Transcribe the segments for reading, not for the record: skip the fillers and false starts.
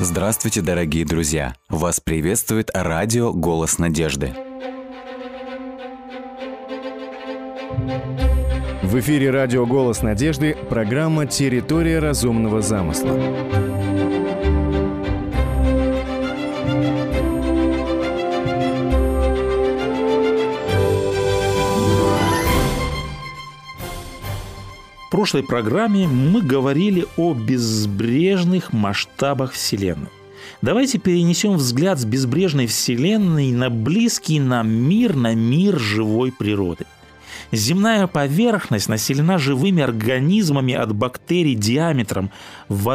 Здравствуйте, дорогие друзья! Вас приветствует радио «Голос надежды». В эфире радио «Голос надежды» программа «Территория разумного замысла». В прошлой программе мы говорили о безбрежных масштабах Вселенной. Давайте перенесем взгляд с безбрежной Вселенной на близкий нам мир, на мир живой природы. Земная поверхность населена живыми организмами от бактерий диаметром в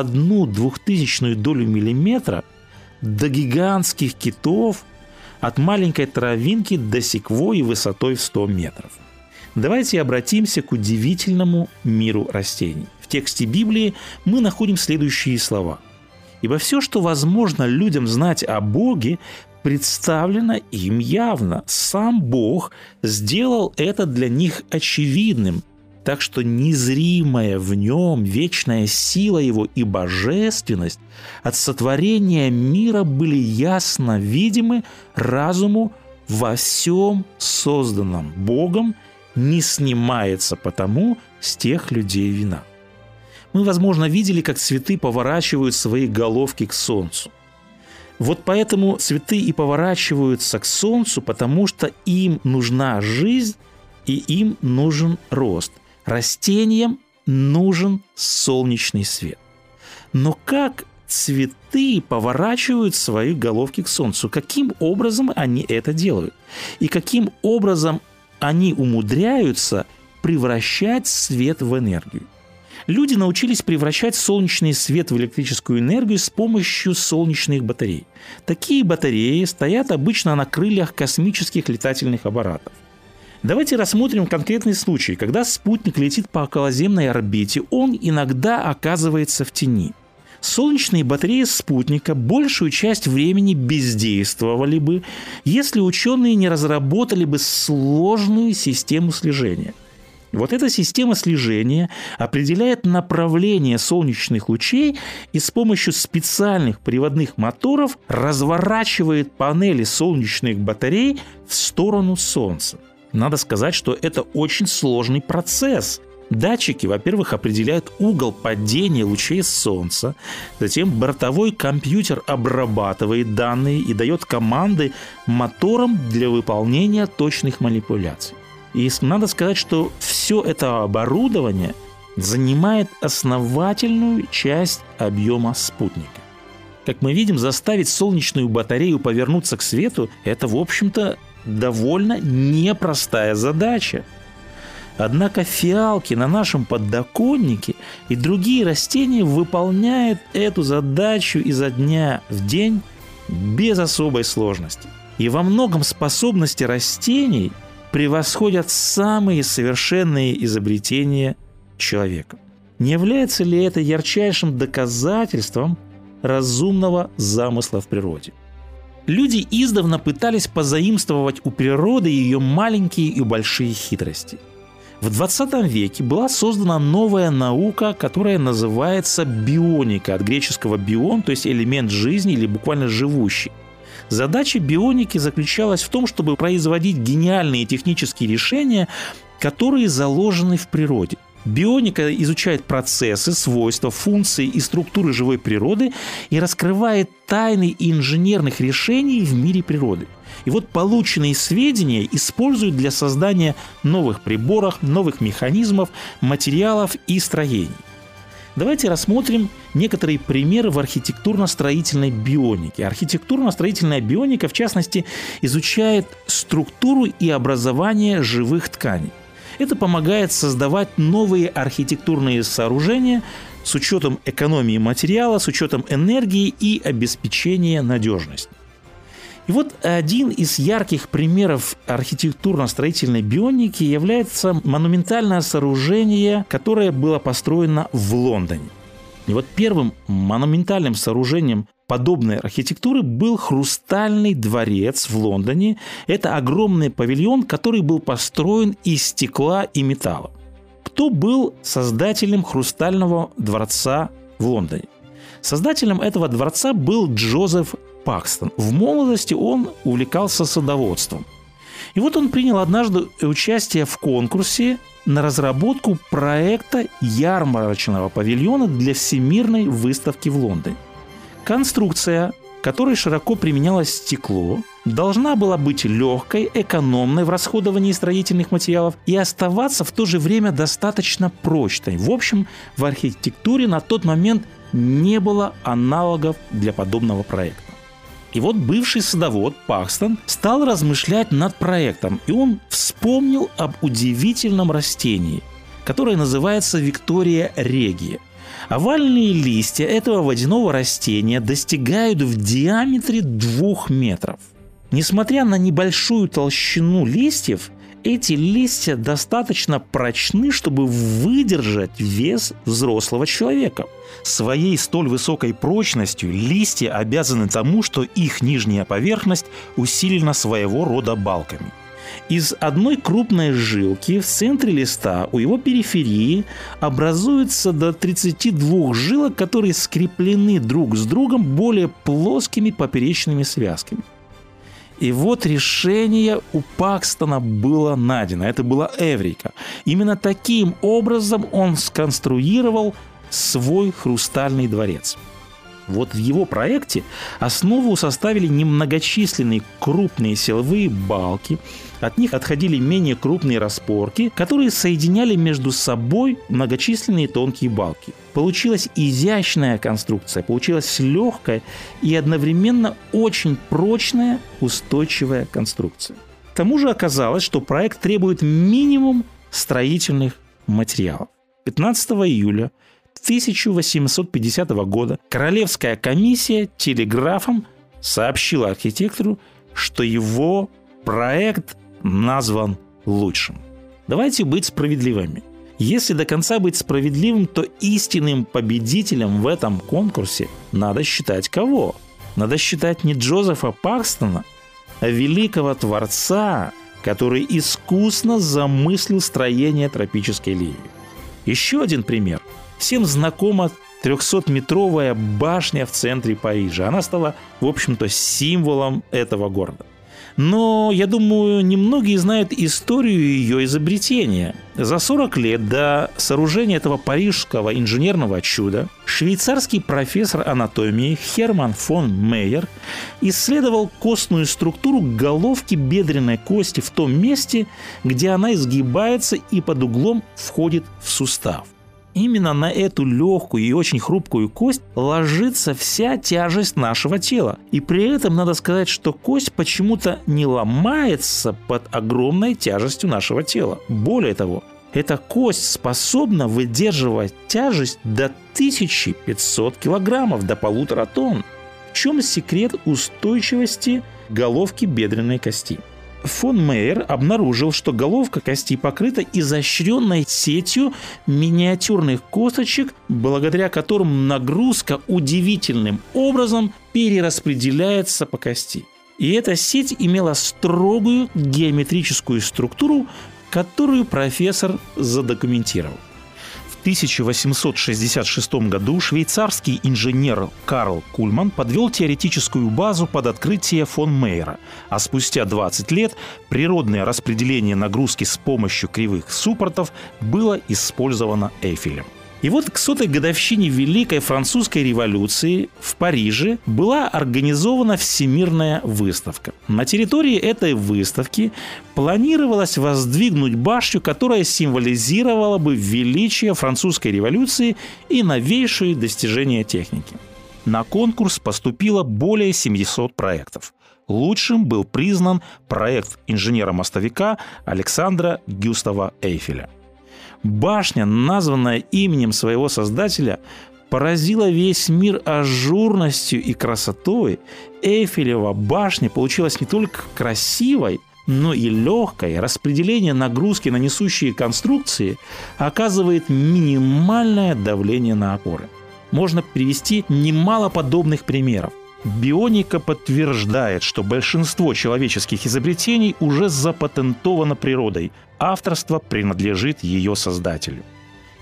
1/2000 долю миллиметра до гигантских китов, от маленькой травинки до секвойи высотой в 100 метров. Давайте обратимся к удивительному миру растений. В тексте Библии мы находим следующие слова. «Ибо все, что возможно людям знать о Боге, представлено им явно. Сам Бог сделал это для них очевидным, так что незримая в нем вечная сила его и божественность от сотворения мира были ясно видимы разуму во всем созданном Богом, не снимается потому с тех людей вина». Мы, возможно, видели, как цветы поворачивают свои головки к солнцу. Вот поэтому цветы и поворачиваются к солнцу, потому что им нужна жизнь и им нужен рост. Растениям нужен солнечный свет. Но как цветы поворачивают свои головки к солнцу? Каким образом они это делают? И каким образом они умудряются превращать свет в энергию? Люди научились превращать солнечный свет в электрическую энергию с помощью солнечных батарей. Такие батареи стоят обычно на крыльях космических летательных аппаратов. Давайте рассмотрим конкретный случай. Когда спутник летит по околоземной орбите, он иногда оказывается в тени. Солнечные батареи спутника большую часть времени бездействовали бы, если ученые не разработали бы сложную систему слежения. Вот эта система слежения определяет направление солнечных лучей и с помощью специальных приводных моторов разворачивает панели солнечных батарей в сторону Солнца. Надо сказать, что это очень сложный процесс. Датчики, во-первых, определяют угол падения лучей Солнца, затем бортовой компьютер обрабатывает данные и дает команды моторам для выполнения точных манипуляций. И надо сказать, что все это оборудование занимает основательную часть объема спутника. Как мы видим, заставить солнечную батарею повернуться к свету – это, в общем-то, довольно непростая задача. Однако фиалки на нашем подоконнике и другие растения выполняют эту задачу изо дня в день без особой сложности. И во многом способности растений превосходят самые совершенные изобретения человека. Не является ли это ярчайшим доказательством разумного замысла в природе? Люди издавна пытались позаимствовать у природы ее маленькие и большие хитрости. В 20 веке была создана новая наука, которая называется бионика, от греческого бион, то есть элемент жизни или буквально живущий. Задача бионики заключалась в том, чтобы производить гениальные технические решения, которые заложены в природе. Бионика изучает процессы, свойства, функции и структуры живой природы и раскрывает тайны инженерных решений в мире природы. И вот полученные сведения используют для создания новых приборов, новых механизмов, материалов и строений. Давайте рассмотрим некоторые примеры в архитектурно-строительной бионике. Архитектурно-строительная бионика, в частности, изучает структуру и образование живых тканей. Это помогает создавать новые архитектурные сооружения с учетом экономии материала, с учетом энергии и обеспечения надежности. И вот один из ярких примеров архитектурно-строительной бионики является монументальное сооружение, которое было построено в Лондоне. И вот первым монументальным сооружением подобной архитектуры был Хрустальный дворец в Лондоне. Это огромный павильон, который был построен из стекла и металла. Кто был создателем Хрустального дворца в Лондоне? Создателем этого дворца был Джозеф Пакстон. В молодости он увлекался садоводством. И вот он принял однажды участие в конкурсе на разработку проекта ярмарочного павильона для Всемирной выставки в Лондоне. Конструкция, которой широко применялось стекло, должна была быть легкой, экономной в расходовании строительных материалов и оставаться в то же время достаточно прочной. В общем, в архитектуре на тот момент не было аналогов для подобного проекта. И вот бывший садовод Пакстон стал размышлять над проектом, и он вспомнил об удивительном растении, которое называется Виктория регия. Овальные листья этого водяного растения достигают в диаметре 2 метров. Несмотря на небольшую толщину листьев, эти листья достаточно прочны, чтобы выдержать вес взрослого человека. Своей столь высокой прочностью листья обязаны тому, что их нижняя поверхность усилена своего рода балками. Из одной крупной жилки в центре листа у его периферии образуется до 32 жилок, которые скреплены друг с другом более плоскими поперечными связками. И вот решение у Пакстона было найдено. Это была эврика. Именно таким образом он сконструировал свой хрустальный дворец. Вот в его проекте основу составили немногочисленные крупные силовые балки, от них отходили менее крупные распорки, которые соединяли между собой многочисленные тонкие балки. Получилась изящная конструкция, получилась легкая и одновременно очень прочная, устойчивая конструкция. К тому же оказалось, что проект требует минимум строительных материалов. 15 июля 1850 года Королевская комиссия телеграфом сообщила архитектору, что его проект назван лучшим. Давайте быть справедливыми. Если до конца быть справедливым, то истинным победителем в этом конкурсе надо считать кого? Надо считать не Джозефа Пакстона, а великого творца, который искусно замыслил строение тропической лилии. Еще один пример. Всем знакома 300-метровая башня в центре Парижа. Она стала, в общем-то, символом этого города. Но, я думаю, немногие знают историю ее изобретения. За 40 лет до сооружения этого парижского инженерного чуда швейцарский профессор анатомии Херман фон Мейер исследовал костную структуру головки бедренной кости в том месте, где она изгибается и под углом входит в сустав. Именно на эту легкую и очень хрупкую кость ложится вся тяжесть нашего тела. И при этом надо сказать, что кость почему-то не ломается под огромной тяжестью нашего тела. Более того, эта кость способна выдерживать тяжесть до 1500 килограммов, до 1,5 тонн. В чем секрет устойчивости головки бедренной кости? Фон Мейер обнаружил, что головка кости покрыта изощренной сетью миниатюрных косточек, благодаря которым нагрузка удивительным образом перераспределяется по кости. И эта сеть имела строгую геометрическую структуру, которую профессор задокументировал. В 1866 году швейцарский инженер Карл Кульман подвел теоретическую базу под открытие фон Мейера, а спустя 20 лет природное распределение нагрузки с помощью кривых суппортов было использовано Эйфелем. И вот к 100-й годовщине Великой Французской революции в Париже была организована Всемирная выставка. На территории этой выставки планировалось воздвигнуть башню, которая символизировала бы величие Французской революции и новейшие достижения техники. На конкурс поступило более 700 проектов. Лучшим был признан проект инженера-мостовика Александра Гюстава Эйфеля. Башня, названная именем своего создателя, поразила весь мир ажурностью и красотой. Эйфелева башня получилась не только красивой, но и легкой. Распределение нагрузки на несущие конструкции оказывает минимальное давление на опоры. Можно привести немало подобных примеров. Бионика подтверждает, что большинство человеческих изобретений уже запатентовано природой. Авторство принадлежит ее создателю.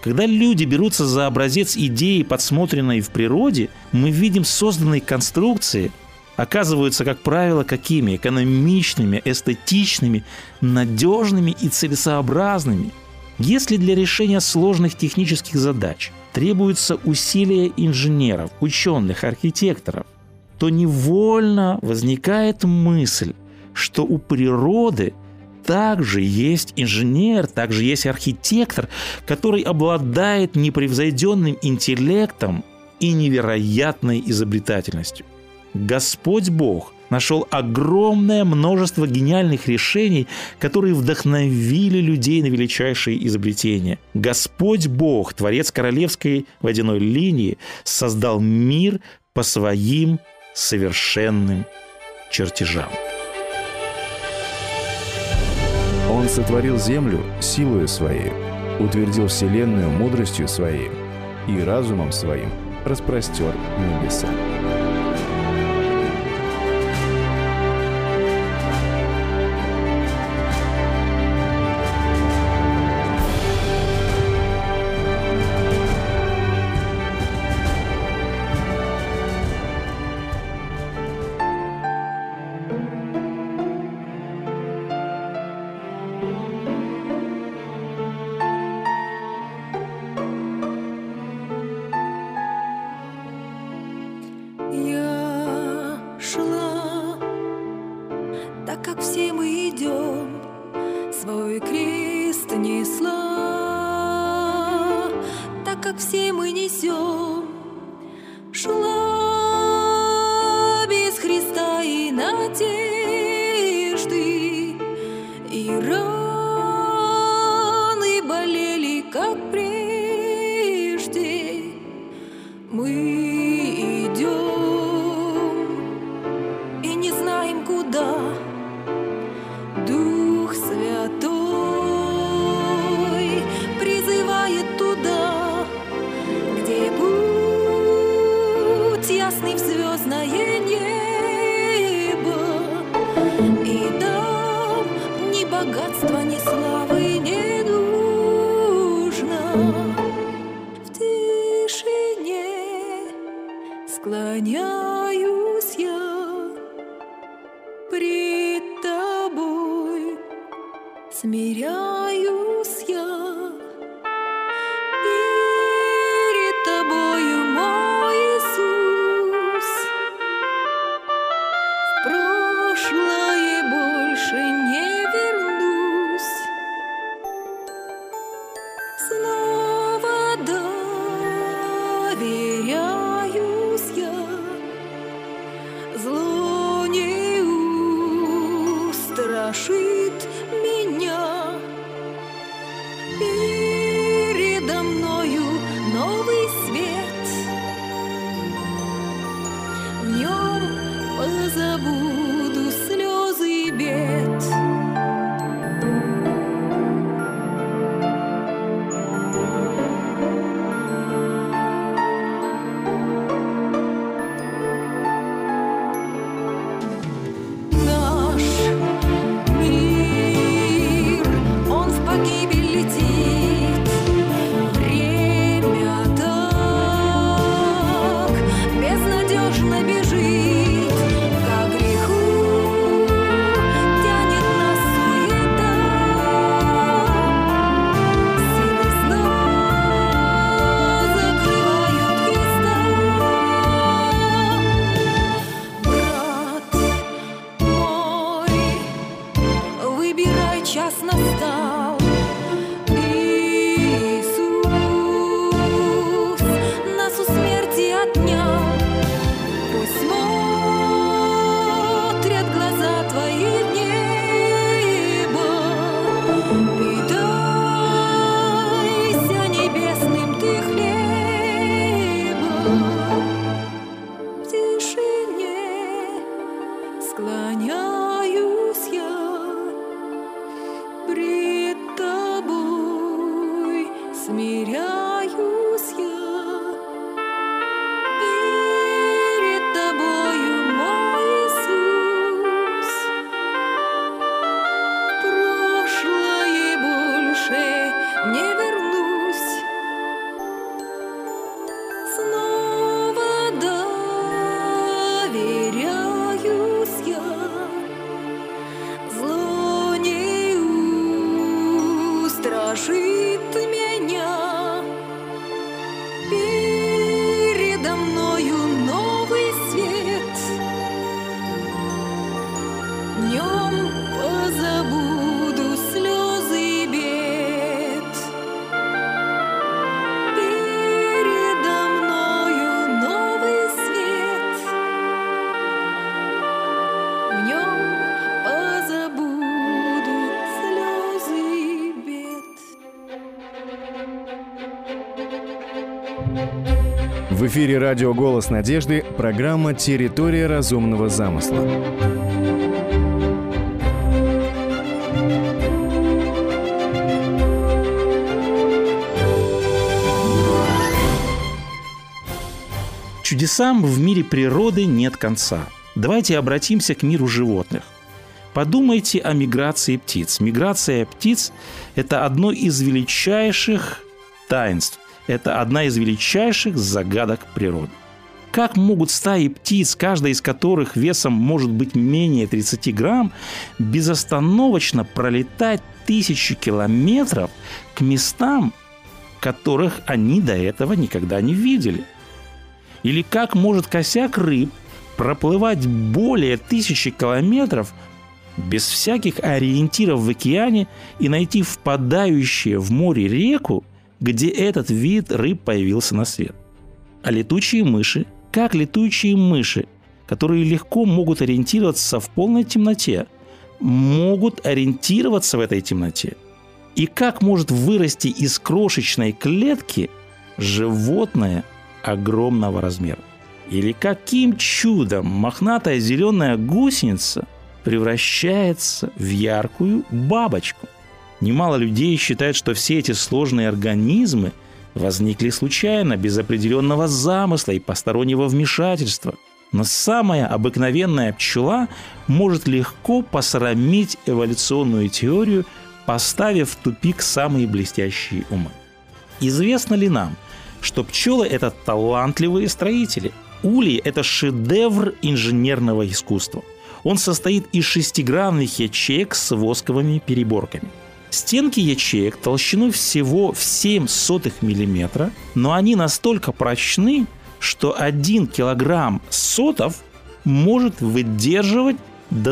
Когда люди берутся за образец идеи, подсмотренной в природе, мы видим созданные конструкции, оказываются, как правило, какими? Экономичными, эстетичными, надежными и целесообразными. Если для решения сложных технических задач требуются усилия инженеров, ученых, архитекторов, то невольно возникает мысль, что у природы также есть инженер, также есть архитектор, который обладает непревзойденным интеллектом и невероятной изобретательностью. Господь Бог нашел огромное множество гениальных решений, которые вдохновили людей на величайшие изобретения. Господь Бог, Творец королевской водяной линии, создал мир по своим совершенным чертежам. Он сотворил землю силою своей, утвердил вселенную мудростью своей и разумом своим распростер небеса. Я шла, так как все мы идем, свой крест несла, так как все мы несем, шла без Христа и надежды, и раны болели, как прежде. Мы Дух Святой призывает туда, где путь ясный в звездное небо, и там ни богатства, ни славы не нужно. В тишине склоняюсь я пред Тобой, смиряюсь я перед Тобою, мой Иисус. В прошлое больше не вернусь, снова доверяюсь я, зло не страшит меня. Передо мною новый свет, в нем позабуду слезы и бед. Час настал, Иисус нас у смерти отнял. Пусть смотрят глаза Твои в небо, питайся небесным Ты хлебом. В тишине склоняюсь я пред Тобой, смиряюсь я перед Тобою, мой Иисус. В прошлое больше не вернусь, заворожит меня. Передо мною новый свет, в нем позабуду слезы и бед. Передо мною новый свет, в нем позабудут слезы и бед. В эфире радио «Голос надежды» программа «Территория разумного замысла». Чудесам в мире природы нет конца. Давайте обратимся к миру животных. Подумайте о миграции птиц. Миграция птиц – это одно из величайших таинств. Это одна из величайших загадок природы. Как могут стаи птиц, каждая из которых весом может быть менее 30 грамм, безостановочно пролетать тысячи километров к местам, которых они до этого никогда не видели? Или как может косяк рыб проплывать более 1000 километров без всяких ориентиров в океане и найти впадающую в море реку, где этот вид рыб появился на свет? А летучие мыши? Как летучие мыши, которые легко могут ориентироваться в полной темноте, могут ориентироваться в этой темноте? И как может вырасти из крошечной клетки животное огромного размера? Или каким чудом мохнатая зеленая гусеница превращается в яркую бабочку? Немало людей считают, что все эти сложные организмы возникли случайно, без определенного замысла и постороннего вмешательства. Но самая обыкновенная пчела может легко посрамить эволюционную теорию, поставив в тупик самые блестящие умы. Известно ли нам, что пчелы – это талантливые строители? Улей – это шедевр инженерного искусства. Он состоит из шестигранных ячеек с восковыми переборками. Стенки ячеек толщиной всего в 0,07 мм, но они настолько прочны, что 1 килограмм сотов может выдерживать до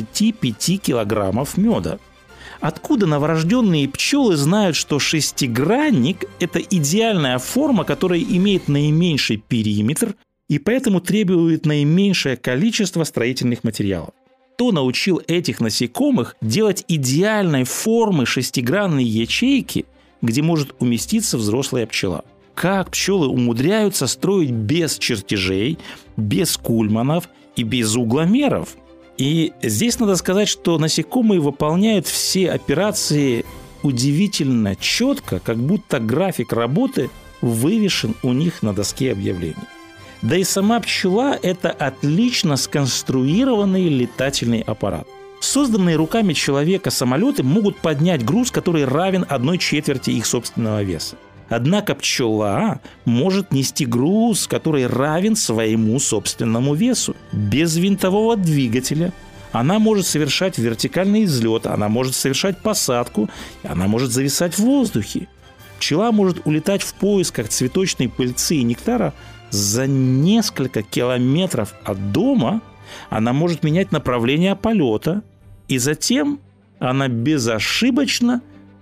25 килограммов меда. Откуда новорожденные пчелы знают, что шестигранник – это идеальная форма, которая имеет наименьший периметр и поэтому требует наименьшее количество строительных материалов? Кто научил этих насекомых делать идеальной формы шестигранные ячейки, где может уместиться взрослая пчела? Как пчелы умудряются строить без чертежей, без кульманов и без угломеров? И здесь надо сказать, что насекомые выполняют все операции удивительно четко, как будто график работы вывешен у них на доске объявлений. Да и сама пчела – это отлично сконструированный летательный аппарат. Созданные руками человека самолеты могут поднять груз, который равен 1/4 их собственного веса. Однако пчела может нести груз, который равен своему собственному весу. Без винтового двигателя она может совершать вертикальный взлет, она может совершать посадку, она может зависать в воздухе. Пчела может улетать в поисках цветочной пыльцы и нектара за несколько километров от дома, она может менять направление полета, и затем она безошибочно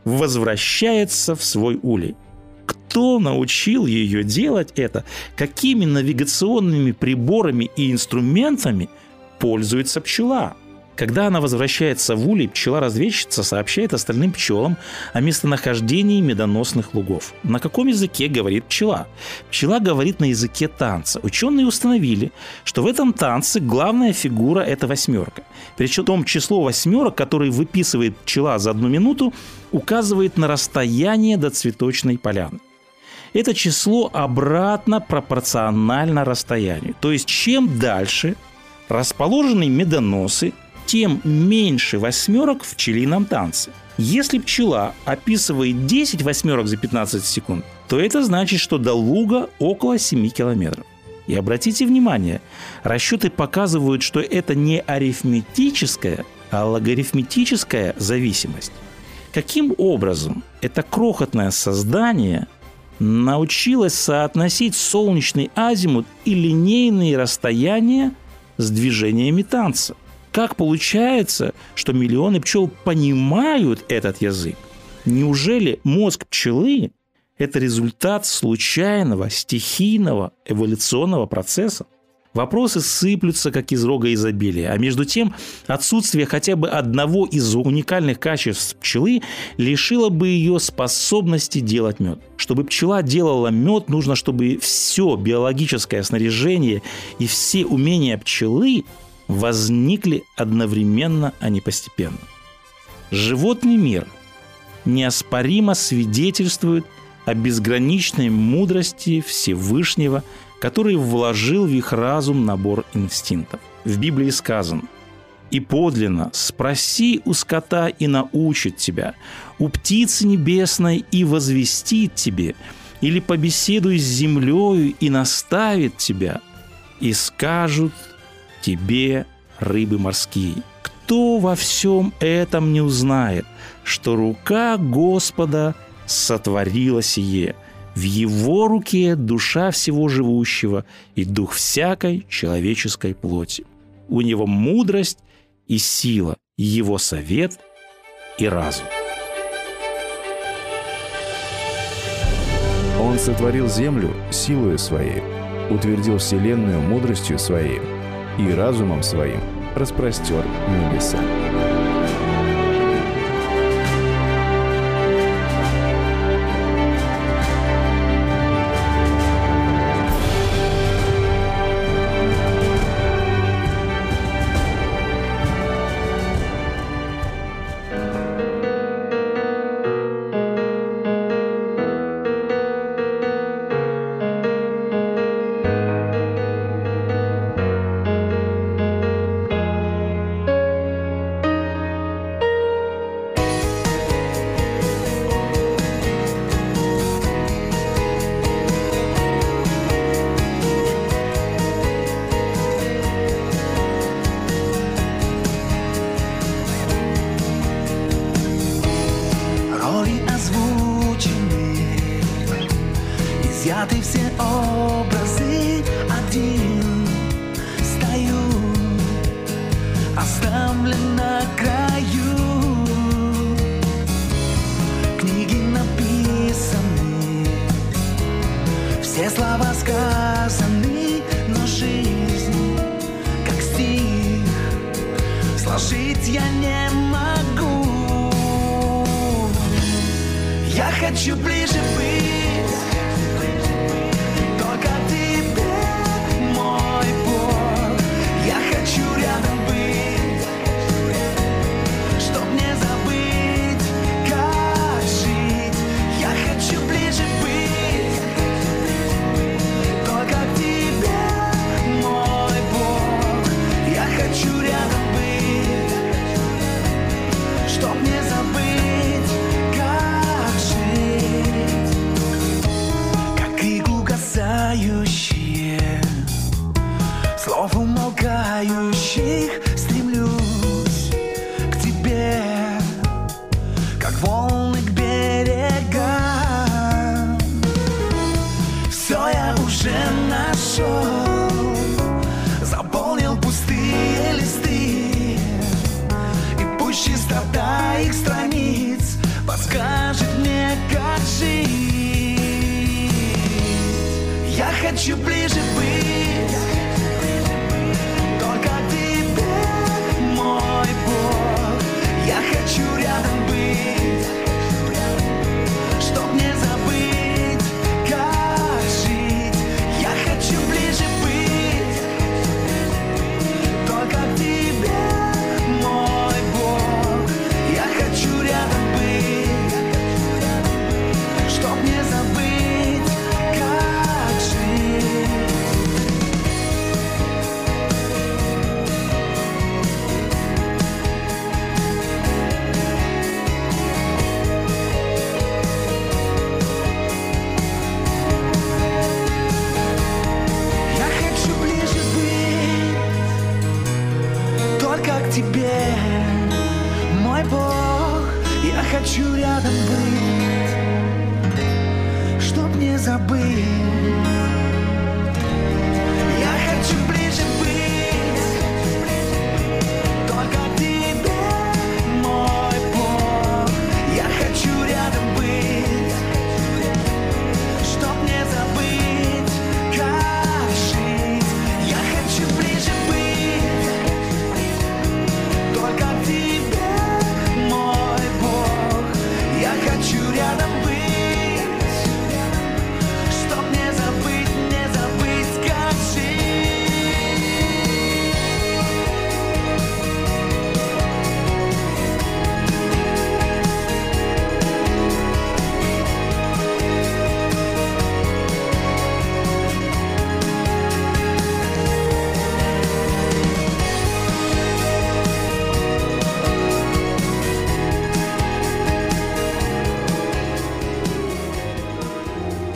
возвращается в свой улей. Кто научил ее делать это? Какими навигационными приборами и инструментами пользуется пчела? Когда она возвращается в улей, пчела-разведчица сообщает остальным пчелам о местонахождении медоносных лугов. На каком языке говорит пчела? Пчела говорит на языке танца. Ученые установили, что в этом танце главная фигура – это восьмерка. Причем число восьмерок, которые выписывает пчела за 1 минуту, указывает на расстояние до цветочной поляны. Это число обратно пропорционально расстоянию. То есть, чем дальше расположены медоносы, тем меньше восьмерок в пчелином танце. Если пчела описывает 10 восьмерок за 15 секунд, то это значит, что до луга около 7 километров. И обратите внимание, расчеты показывают, что это не арифметическая, а логарифметическая зависимость. Каким образом это крохотное создание научилось соотносить солнечный азимут и линейные расстояния с движениями танца? Как получается, что миллионы пчел понимают этот язык? Неужели мозг пчелы – это результат случайного, стихийного эволюционного процесса? Вопросы сыплются, как из рога изобилия. А между тем, отсутствие хотя бы одного из уникальных качеств пчелы лишило бы ее способности делать мед. Чтобы пчела делала мед, нужно, чтобы все биологическое снаряжение и все умения пчелы возникли одновременно, а не постепенно. Животный мир неоспоримо свидетельствует о безграничной мудрости Всевышнего, который вложил в их разум набор инстинктов. В Библии сказано: «И подлинно спроси у скота, и научит тебя, у птицы небесной, и возвестит тебе, или побеседуй с землею, и наставит тебя, и скажут тебе рыбы морские». Кто во всем этом не узнает, что рука Господа сотворила сие? В его руке душа всего живущего и дух всякой человеческой плоти. У него мудрость и сила, его совет и разум. Он сотворил землю силою своей, утвердил вселенную мудростью своей и разумом своим распростер небеса. Изъяты все образы, один стою, оставлен на краю. Книги написаны, все слова сказаны, но жизнь, как стих, сложить я не могу. Я хочу ближе быть. Слов умолкающих стремлюсь к тебе, как волны к берегам. Все я уже нашел, заполнил пустые листы, и пусть чистота их страниц подскажет мне, как жить. Я хочу ближе быть. Я хочу рядом быть, чтоб не забыть, как жить. Я хочу ближе быть, только к тебе, мой Бог. Я хочу рядом быть, чтоб не забыть, как жить.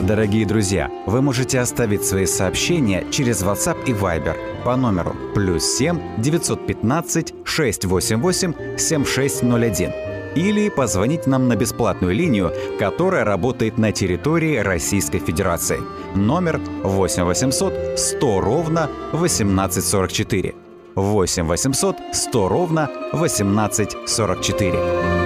Дорогие друзья, вы можете оставить свои сообщения через WhatsApp и Viber по номеру +7 915 688 7601 или позвонить нам на бесплатную линию, которая работает на территории Российской Федерации. Номер 8 800 100 ровно 1844. 8 800 100 ровно 1844.